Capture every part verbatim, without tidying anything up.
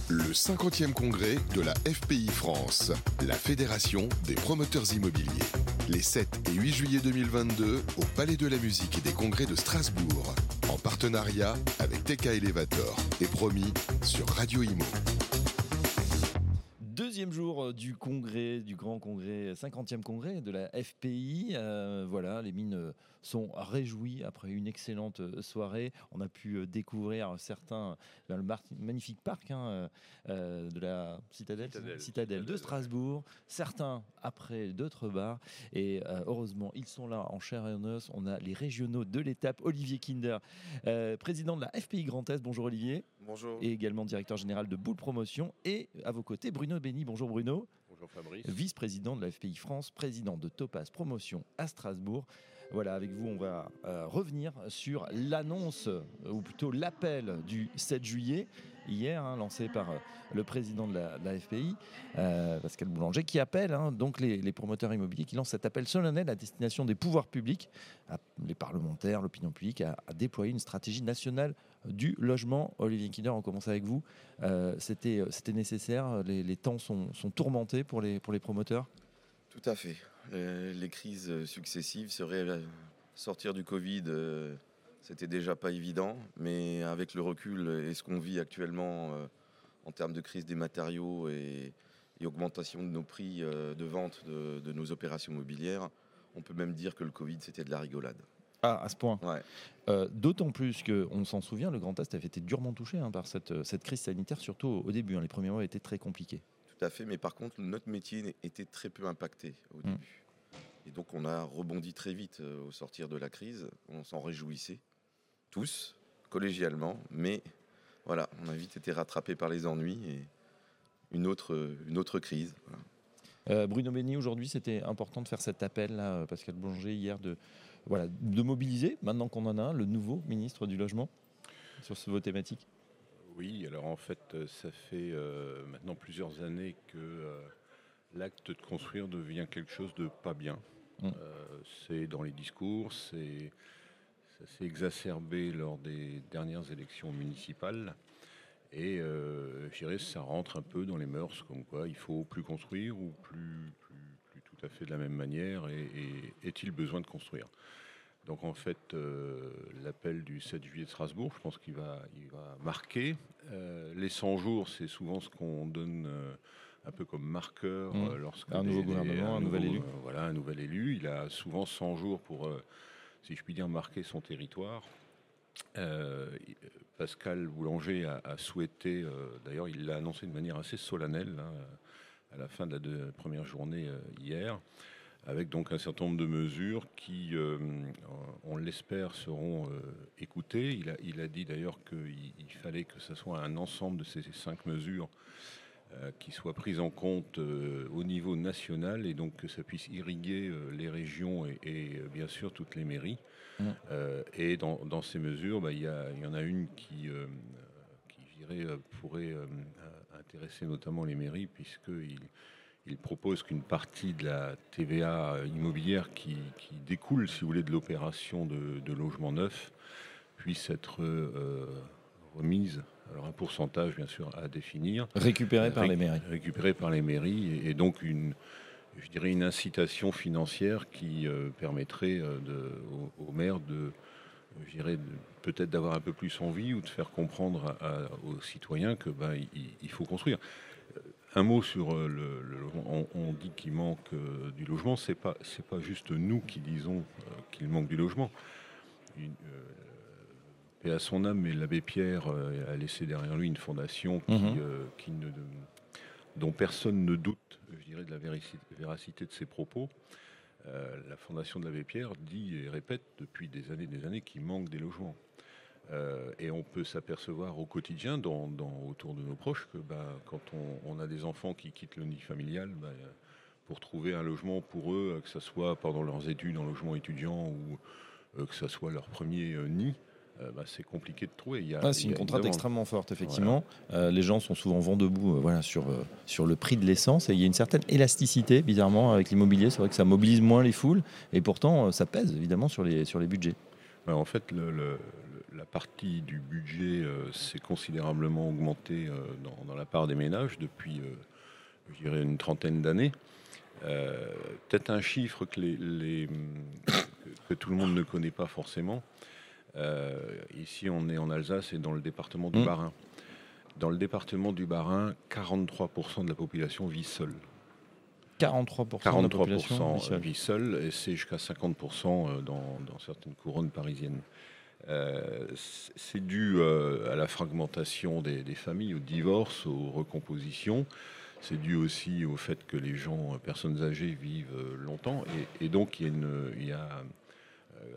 Le cinquantième congrès de la F P I France, la Fédération des promoteurs immobiliers. Les sept et huit juillet deux mille vingt-deux au Palais de la Musique et des Congrès de Strasbourg, en partenariat avec T K Elevator et promis sur Radio Imo. Deuxième jour du congrès, du grand congrès, cinquantième congrès de la F P I. Euh, voilà, les mines sont réjouies après une excellente soirée. On a pu découvrir certains dans le mar- magnifique parc hein, euh, de la Citadelle, Citadelle, Citadelle de Strasbourg. Certains après d'autres bars. Et euh, heureusement, ils sont là en chair et en os. On a les régionaux de l'étape, Olivier Kinder, euh, président de la F P I Grand Est. Bonjour Olivier. Bonjour. Et également directeur général de Boule Promotion. Et à vos côtés, Bruno Béni. Bonjour Bruno. Bonjour Fabrice. Vice-président de la F P I France, président de Topaz Promotion à Strasbourg. Voilà, avec vous, on va euh, revenir sur l'annonce, euh, ou plutôt l'appel du sept juillet, hier, hein, lancé par euh, le président de la, de la F P I, euh, Pascal Boulanger, qui appelle hein, donc les, les promoteurs immobiliers, qui lance cet appel solennel à destination des pouvoirs publics, à, les parlementaires, l'opinion publique, à, à déployer une stratégie nationale du logement. Olivier Kinder, on commence avec vous. Euh, c'était, c'était nécessaire, les, les temps sont, sont tourmentés pour les, pour les promoteurs. Tout à fait. Les, les crises successives seraient sortir du Covid, euh, c'était déjà pas évident, mais avec le recul et ce qu'on vit actuellement euh, en termes de crise des matériaux et, et augmentation de nos prix euh, de vente de, de nos opérations immobilières, on peut même dire que le Covid c'était de la rigolade. Ah, à ce point. Ouais. Euh, d'autant plus qu'on s'en souvient, le Grand Est avait été durement touché hein, par cette, cette crise sanitaire, surtout au début. Hein, les premiers mois étaient très compliqués. Tout à fait, mais par contre, notre métier était très peu impacté au début. Mmh. Et donc, on a rebondi très vite euh, au sortir de la crise. On s'en réjouissait, tous, collégialement, mais voilà, on a vite été rattrapés par les ennuis et une autre, une autre crise. Voilà. Euh, Bruno Béni, aujourd'hui, c'était important de faire cet appel, là, Pascal Boulanger, hier, de, voilà, de mobiliser, maintenant qu'on en a un, le nouveau ministre du Logement sur ce, vos thématiques. Oui, alors en fait, ça fait euh, maintenant plusieurs années que euh, l'acte de construire devient quelque chose de pas bien. Mmh. Euh, c'est dans les discours, c'est, ça s'est exacerbé lors des dernières élections municipales. Et euh, je dirais que ça rentre un peu dans les mœurs, comme quoi il faut plus construire ou plus, plus, plus tout à fait de la même manière. Et, et est-il besoin de construire ? Donc en fait, euh, l'appel du sept juillet de Strasbourg, je pense qu'il va, il va marquer. Euh, les cent jours, c'est souvent ce qu'on donne euh, un peu comme marqueur mmh. euh, lorsque un nouveau gouvernement, un, un nouveau, nouvel élu. Euh, voilà, un nouvel élu. Il a souvent cent jours pour, euh, si je puis dire, marquer son territoire. Euh, Pascal Boulanger a, a souhaité, euh, d'ailleurs, il l'a annoncé de manière assez solennelle hein, à la fin de la deux, première journée euh, hier. Avec donc un certain nombre de mesures qui, euh, on l'espère, seront euh, écoutées. Il a, il a dit d'ailleurs qu'il il fallait que ce soit un ensemble de ces cinq mesures euh, qui soient prises en compte euh, au niveau national et donc que ça puisse irriguer euh, les régions et, et bien sûr toutes les mairies. Mmh. Euh, et dans, dans ces mesures, bah, y a, il y en a une qui, euh, qui je dirais, pourrait euh, intéresser notamment les mairies puisqu'il Il propose qu'une partie de la T V A immobilière qui, qui découle, si vous voulez, de l'opération de, de logement neuf puisse être euh, remise. Alors un pourcentage, bien sûr, à définir. Récupéré par Ré- les mairies. Récupéré par les mairies et, et donc une, je dirais, une incitation financière qui euh, permettrait euh, de, aux, aux maires de, je dirais, de, peut-être d'avoir un peu plus envie ou de faire comprendre à, à, aux citoyens que ben, il, il faut construire. Un mot sur le, le logement. On, on dit qu'il manque euh, du logement. C'est pas, c'est pas juste nous qui disons euh, qu'il manque du logement. Une, euh, paix à son âme, mais l'abbé Pierre euh, a laissé derrière lui une fondation qui, mmh. euh, qui ne, de, dont personne ne doute, je dirais, de la véracité, véracité de ses propos. Euh, la fondation de l'abbé Pierre dit et répète depuis des années et des années qu'il manque des logements. Euh, et on peut s'apercevoir au quotidien, dans, dans, autour de nos proches, que bah, quand on, on a des enfants qui quittent le nid familial, bah, pour trouver un logement pour eux, que ce soit pendant leurs études en logement étudiant ou euh, que ce soit leur premier euh, nid, euh, bah, c'est compliqué de trouver. Il y a, ah, c'est il y une a contrainte une extrêmement forte, effectivement. Voilà. Euh, les gens sont souvent vent debout euh, voilà, sur, euh, sur le prix de l'essence. Et il y a une certaine élasticité, bizarrement, avec l'immobilier. C'est vrai que ça mobilise moins les foules. Et pourtant, euh, ça pèse, évidemment, sur les, sur les budgets. Bah, en fait, le... le La, la partie du budget euh, s'est considérablement augmentée euh, dans, dans la part des ménages depuis, euh, je dirais, une trentaine d'années. Euh, peut-être un chiffre que, les, les, que tout le monde ne connaît pas forcément. Euh, ici, on est en Alsace et dans le département du mmh. Bas-Rhin. Dans le département du Bas-Rhin, quarante-trois pour cent de la population vit seule. quarante-trois pour cent, quarante-trois pour cent de la population vit seule, et c'est jusqu'à cinquante pour cent dans, dans certaines couronnes parisiennes. Euh, c'est dû euh, à la fragmentation des, des familles, au divorce, aux recompositions. C'est dû aussi au fait que les gens, personnes âgées, vivent longtemps. Et, et donc, il y a, une, il y a euh,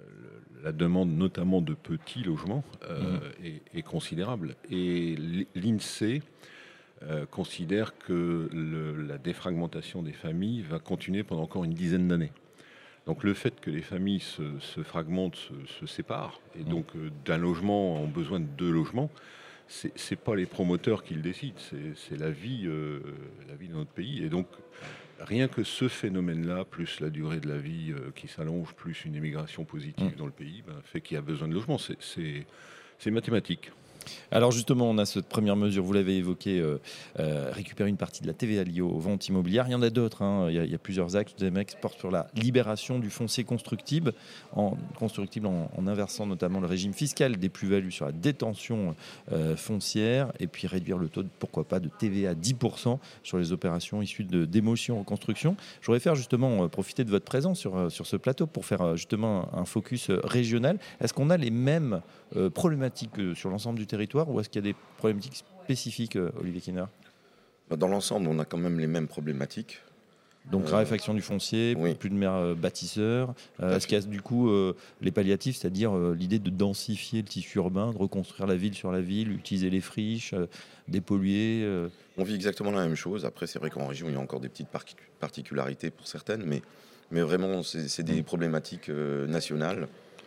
la demande notamment de petits logements euh, mmh. est, est considérable. Et l'INSEE euh, considère que le, la défragmentation des familles va continuer pendant encore une dizaine d'années. Donc le fait que les familles se, se fragmentent, se, se séparent, et donc euh, d'un logement ont besoin de deux logements, c'est, c'est pas les promoteurs qui le décident, c'est, c'est la vie, euh, la vie de notre pays. Et donc rien que ce phénomène-là, plus la durée de la vie euh, qui s'allonge, plus une immigration positive mmh. dans le pays, ben, fait qu'il y a besoin de logement. C'est, c'est, c'est mathématique. Alors justement, on a cette première mesure, vous l'avez évoqué, euh, euh, récupérer une partie de la T V A liée aux ventes immobilières. Il y en a d'autres, hein. il, y a, il y a plusieurs axes. Des mecs portent sur la libération du foncier constructible, en, constructible en, en inversant notamment le régime fiscal des plus-values sur la détention euh, foncière, et puis réduire le taux, de, pourquoi pas, de T V A à dix pour cent sur les opérations issues de démolition reconstruction. Je voudrais faire justement euh, profiter de votre présence sur, euh, sur ce plateau pour faire euh, justement un, un focus euh, régional. Est-ce qu'on a les mêmes euh, problématiques euh, sur l'ensemble du territoire, ou est-ce qu'il y a des problématiques spécifiques, Olivier Kinner ? Dans l'ensemble, on a quand même les mêmes problématiques. Donc, euh, raréfaction du foncier, oui. plus de maires euh, bâtisseurs. Euh, est-ce qu'il y a du coup euh, les palliatifs, c'est-à-dire euh, l'idée de densifier le tissu urbain, de reconstruire la ville sur la ville, utiliser les friches, euh, dépolluer euh... On vit exactement la même chose. Après, c'est vrai qu'en région, il y a encore des petites particularités pour certaines, mais, mais vraiment, c'est, c'est des mmh. problématiques euh, nationales.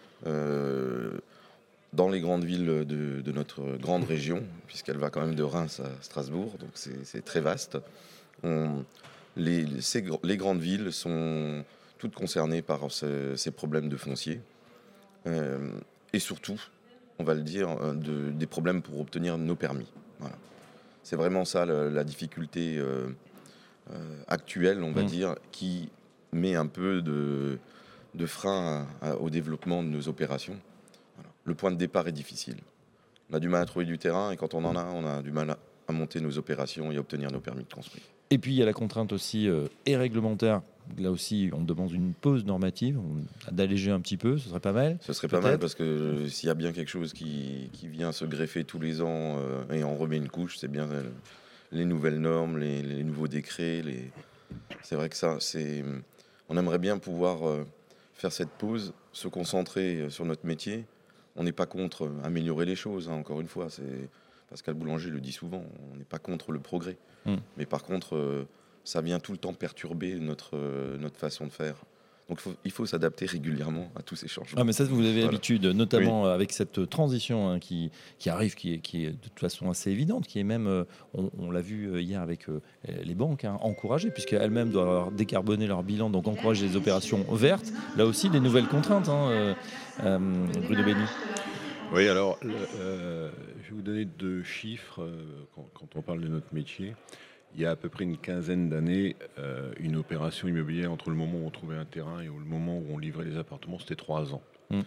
Euh, dans les grandes villes de, de notre grande région, puisqu'elle va quand même de Reims à Strasbourg, donc c'est, c'est très vaste. On, les, ces, les grandes villes sont toutes concernées par ce, ces problèmes de foncier. Euh, et surtout, on va le dire, de, des problèmes pour obtenir nos permis. Voilà. C'est vraiment ça la, la difficulté euh, euh, actuelle, on va mmh. dire, qui met un peu de, de frein à, à, au développement de nos opérations. Le point de départ est difficile. On a du mal à trouver du terrain, et quand on en a, on a du mal à, à monter nos opérations et à obtenir nos permis de construire. Et puis il y a la contrainte aussi euh, et réglementaire. Là aussi, on demande une pause normative, on, d'alléger un petit peu, ce serait pas mal. Ce serait peut-être. pas mal, parce que euh, s'il y a bien quelque chose qui, qui vient se greffer tous les ans euh, et on remet une couche, c'est bien euh, les nouvelles normes, les, les nouveaux décrets. Les... C'est vrai que ça, c'est... on aimerait bien pouvoir euh, faire cette pause, se concentrer sur notre métier. On n'est pas contre améliorer les choses, hein, encore une fois. C'est... Pascal Boulanger le dit souvent, on n'est pas contre le progrès. Mmh. Mais par contre, euh, ça vient tout le temps perturber notre, euh, notre façon de faire. Donc faut, il faut s'adapter régulièrement à tous ces changements. Ah, mais ça, vous avez voilà. l'habitude, notamment oui. avec cette transition hein, qui, qui arrive, qui est, qui est de toute façon assez évidente, qui est même, euh, on, on l'a vu hier avec euh, les banques, hein, encouragées, puisqu'elles-mêmes doivent décarboner leur bilan, donc encourager les opérations vertes. Là aussi, des nouvelles contraintes, hein, euh, euh, Bruno Benny. Oui, alors, euh, je vais vous donner deux chiffres euh, quand, quand on parle de notre métier. Il y a à peu près une quinzaine d'années, euh, une opération immobilière entre le moment où on trouvait un terrain et le moment où on livrait les appartements, c'était trois ans. Mmh.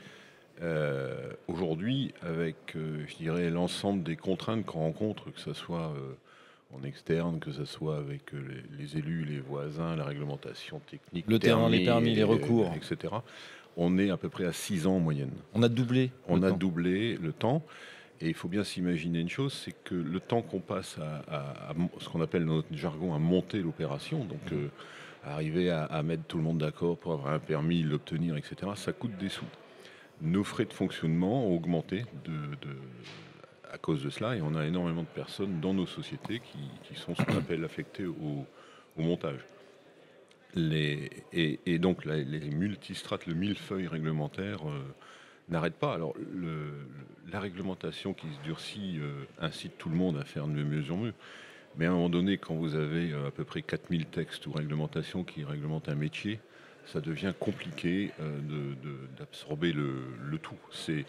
Euh, aujourd'hui, avec, euh, je dirais, l'ensemble des contraintes qu'on rencontre, que ce soit euh, en externe, que ce soit avec euh, les, les élus, les voisins, la réglementation technique, le terrain, les permis, les recours, et cetera, on est à peu près à six ans en moyenne. On a doublé On a temps. doublé le temps. Et il faut bien s'imaginer une chose, c'est que le temps qu'on passe à, à, à ce qu'on appelle dans notre jargon à monter l'opération, donc euh, arriver à, à mettre tout le monde d'accord pour avoir un permis, l'obtenir, et cetera, ça coûte des sous. Nos frais de fonctionnement ont augmenté de, de, à cause de cela, et on a énormément de personnes dans nos sociétés qui, qui sont ce qu'on appelle affectées au, au montage. Les, et, et donc la, les multistrates, le millefeuille réglementaire euh, n'arrête pas. Alors le, la réglementation qui se durcit euh, incite tout le monde à faire de mieux en mieux. Mais à un moment donné, quand vous avez euh, à peu près quatre mille textes ou réglementations qui réglementent un métier, ça devient compliqué euh, de, de, d'absorber le, le tout. C'est,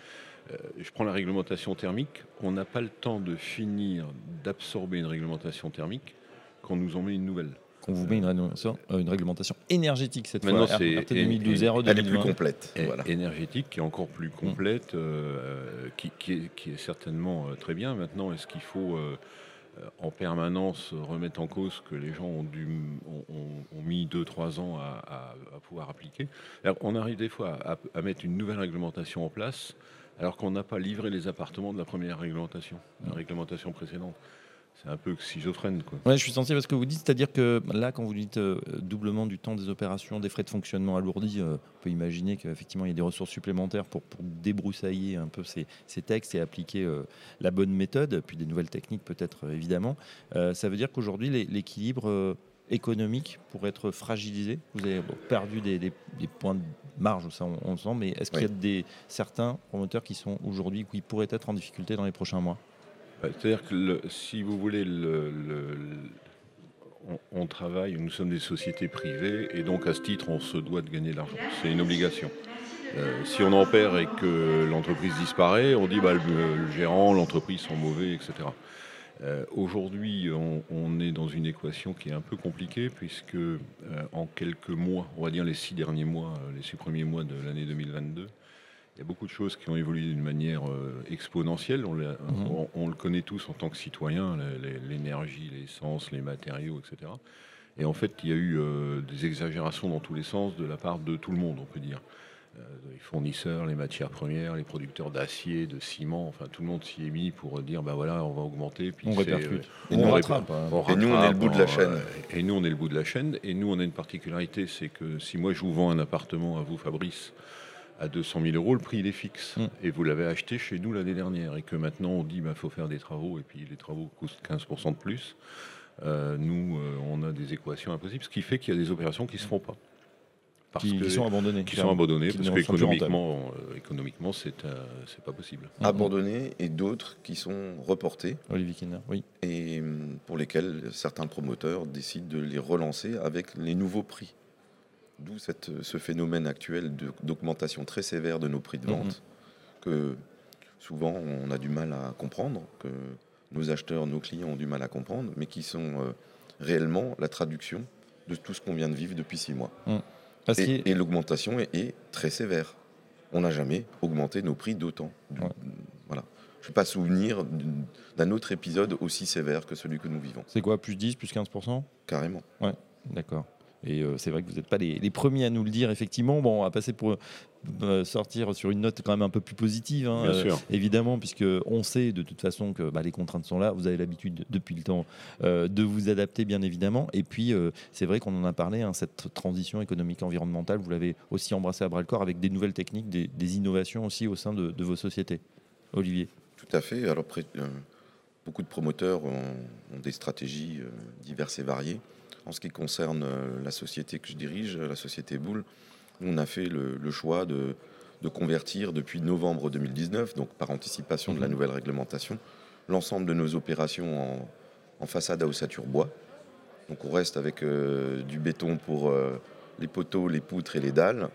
Euh, je prends la réglementation thermique. On n'a pas le temps de finir d'absorber une réglementation thermique quand on nous en met une nouvelle. On vous met une réglementation, euh, une réglementation énergétique cette Maintenant, fois. c'est R T deux mille douze, R E Elle est deux mille vingt. plus complète. É- Voilà. Énergétique, qui est encore plus complète, euh, qui, qui est, qui est certainement euh, très bien. Maintenant, est-ce qu'il faut euh, euh, en permanence remettre en cause que les gens ont, dû, ont, ont- ont mis deux trois ans à, à- à pouvoir appliquer? Alors, on arrive des fois à, à mettre une nouvelle réglementation en place alors qu'on n'a pas livré les appartements de la première réglementation, la réglementation précédente. C'est un peu schizophrène, quoi. Ouais, je suis sensible à ce que vous dites, c'est-à-dire que là, quand vous dites euh, doublement du temps des opérations, des frais de fonctionnement alourdis, euh, on peut imaginer qu'effectivement il y a des ressources supplémentaires pour, pour débroussailler un peu ces, ces textes et appliquer euh, la bonne méthode, puis des nouvelles techniques peut-être euh, évidemment. Euh, ça veut dire qu'aujourd'hui les- l'équilibre euh, économique pourrait être fragilisé. Vous avez bon, perdu des, des- des points de marge, ça on, on le sent, mais est-ce qu'il y a des, certains promoteurs qui sont aujourd'hui, qui pourraient être en difficulté dans les prochains mois? C'est-à-dire que le- si vous voulez, le- le- le- on, on travaille, nous sommes des sociétés privées et donc à ce titre, on se doit de gagner de l'argent. C'est une obligation. Euh, si on en perd et que l'entreprise disparaît, on dit bah, le, le gérant, l'entreprise sont mauvais, et cetera. Euh, Aujourd'hui, on, on est dans une équation qui est un peu compliquée puisque euh, en quelques mois, on va dire les six derniers mois, euh, les six premiers mois de l'année deux mille vingt-deux, il y a beaucoup de choses qui ont évolué d'une manière euh, exponentielle. On, l'a- Mhm. on- on le connaît tous en tant que citoyen, la- la- l'énergie, l'essence, les matériaux, et cetera. Et en fait, il y a eu euh, des exagérations dans tous les sens de la part de tout le monde, on peut dire. Euh, les fournisseurs, les matières premières, les producteurs d'acier, de ciment, enfin tout le monde s'y est mis pour dire bah voilà, on va augmenter. Puis On c'est, répercute. euh, Et on on réper- rattrape, hein. on Et nous, on est le rattrape, bout de la on- chaîne. euh, Et nous, on est le bout de la chaîne. Et nous, on a une particularité, c'est que si moi je vous vends un appartement à vous, Fabrice, à deux cent mille euros, le prix il est fixe. Mm. Et vous l'avez acheté chez nous l'année dernière. Et que maintenant on dit qu'il bah, faut faire des travaux et puis les travaux coûtent quinze pour cent de plus. Euh, nous, euh, on a des équations impossibles, ce qui fait qu'il y a des opérations qui ne se font pas. Parce Qui, que- qui sont abandonnés. qui sont abandonnés qui parce ne sont plus rentables. qu'économiquement, euh, économiquement, c'est euh, c'est pas possible. Abandonnés et d'autres qui sont reportés Olivier Kinner, oui. et hum, pour lesquels certains promoteurs décident de les relancer avec les nouveaux prix. D'où cette- ce phénomène actuel de- d'augmentation très sévère de nos prix de vente que souvent on a du mal à comprendre, que nos acheteurs, nos clients ont du mal à comprendre, mais qui sont euh, réellement la traduction de tout ce qu'on vient de vivre depuis six mois. Parce qu'il y Et, a- et l'augmentation est, est très sévère. On n'a jamais augmenté nos prix d'autant. Du- Ouais. Voilà. Je ne vais pas souvenir d'une- d'un autre épisode aussi sévère que celui que nous vivons, c'est quoi, plus dix, plus quinze pour cent? carrément. D'accord. Et euh, c'est vrai que vous n'êtes pas les, les premiers à nous le dire, effectivement. Bon, on va passer pour euh, sortir sur une note quand même un peu plus positive, hein, Bien euh, sûr. évidemment, puisque on sait de toute façon que bah, les contraintes sont là. Vous avez l'habitude depuis le temps euh, de vous adapter, bien évidemment. Et puis, euh, c'est vrai qu'on en a parlé, hein, cette transition économique environnementale, vous l'avez aussi embrassée à bras le corps avec des nouvelles techniques, des, des innovations aussi au sein de, de vos sociétés. Olivier. Tout à fait. Alors, pré- euh, beaucoup de promoteurs ont, ont des stratégies euh, diverses et variées. En ce qui concerne euh, la société que je dirige, la société Boule, on a fait le, le choix de, de convertir depuis novembre deux mille dix-neuf, donc par anticipation de la Mhm. nouvelle réglementation, l'ensemble de nos opérations en, en façade à ossature bois. Donc on reste avec euh, du béton pour euh, les poteaux, les poutres et les dalles,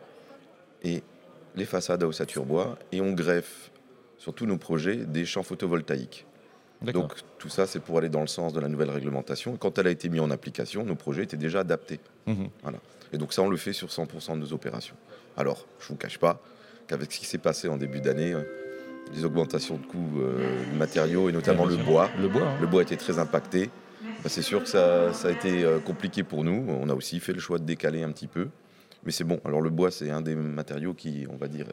et les façades à ossature bois, et on greffe sur tous nos projets des champs photovoltaïques. D'accord. Donc tout ça, c'est pour aller dans le sens de la nouvelle réglementation. Quand elle a été mise en application, nos projets étaient déjà adaptés. Mhm. Et donc ça, on le fait sur cent pour cent de nos opérations. Alors, je ne vous cache pas qu'avec ce qui s'est passé en début d'année, euh, les augmentations de coûts euh, de matériaux, et notamment Ouais, le bien sûr. bois, Le bois. hein. le bois était très impacté. Bah, c'est sûr que ça, ça a été euh, compliqué pour nous. On a aussi fait le choix de décaler un petit peu. Mais c'est bon. Alors le bois, c'est un des matériaux qui, on va dire,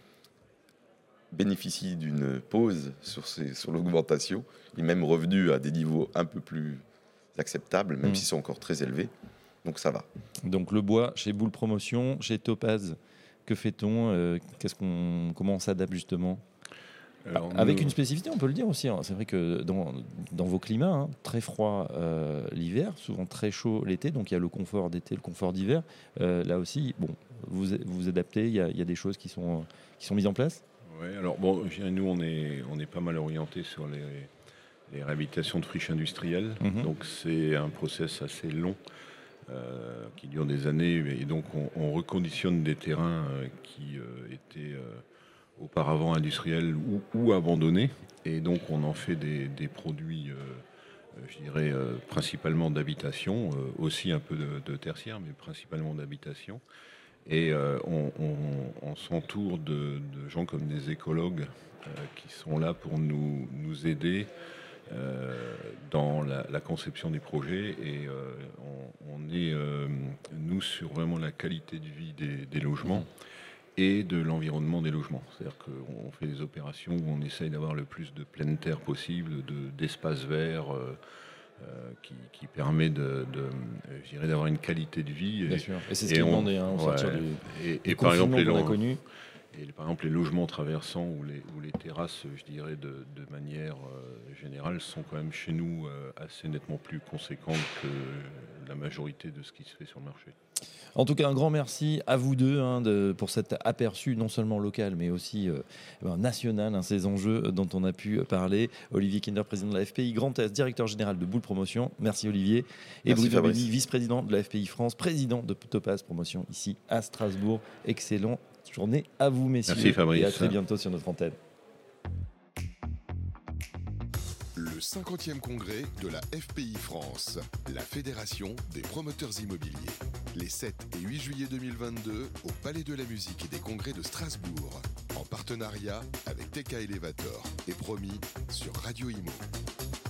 bénéficie d'une pause sur, ces- sur l'augmentation. Il est même revenu à des niveaux un peu plus acceptables, même Mm. s'ils sont encore très élevés. Donc ça va. Donc le bois chez Boule Promotion, chez Topaz, que fait-on euh, Qu'est-ce qu'on, comment on s'adapte justement? Alors, Avec nous- une spécificité, on peut le dire aussi. hein. C'est vrai que dans, dans vos climats, hein, très froid euh, l'hiver, souvent très chaud l'été, donc il y a le confort d'été, le confort d'hiver. Euh, là aussi, bon, vous vous adaptez, il y, a- il y a des choses qui sont, qui sont mises en place. Ouais, alors bon, je dirais, nous on est, on est pas mal orienté sur les, les réhabilitations de friches industrielles. Mhm. Donc c'est un process assez long euh, qui dure des années. Et donc on, on reconditionne des terrains euh, qui euh, étaient, euh, auparavant industriels ou, ou abandonnés. Et donc on en fait des, des produits, euh, je dirais, euh, principalement d'habitation, euh, aussi un peu de, de tertiaire, mais principalement d'habitation. Et euh, on, on, on s'entoure de, de gens comme des écologues euh, qui sont là pour nous, nous aider euh, dans la, la conception des projets. Et euh, on, on est, euh, nous, sur vraiment la qualité de vie des, des logements et de l'environnement des logements. C'est-à-dire qu'on fait des opérations où on essaye d'avoir le plus de pleine terre possible, de, d'espaces verts, euh, Euh, qui, qui permet de, de, je dirais, d'avoir une qualité de vie. Bien et, sûr. Et c'est ce qui est demandé, hein, au sortir du, et, du et par exemple, les qu'on a lo- connu. Et par exemple, les logements traversants ou les, ou les terrasses, je dirais, de, de manière euh, générale, sont quand même chez nous euh, assez nettement plus conséquentes que la majorité de ce qui se fait sur le marché. En tout cas, un grand merci à vous deux hein, de, pour cet aperçu non seulement local, mais aussi euh, ben, national, hein, ces enjeux dont on a pu parler. Olivier Kinder, président de la F P I Grand Est, directeur général de Boule Promotion. Merci Olivier. Et Merci, Bruno Fabrice. Benny, vice-président de la F P I France, président de Topaz Promotion ici à Strasbourg. Excellente journée à vous, messieurs. Merci, Fabrice. Et à très bientôt sur notre antenne. Le cinquantième congrès de la F P I France, la Fédération des promoteurs immobiliers. Les sept et huit juillet deux mille vingt-deux au Palais de la Musique et des Congrès de Strasbourg, en partenariat avec T K Elevator et promis sur Radio Imo.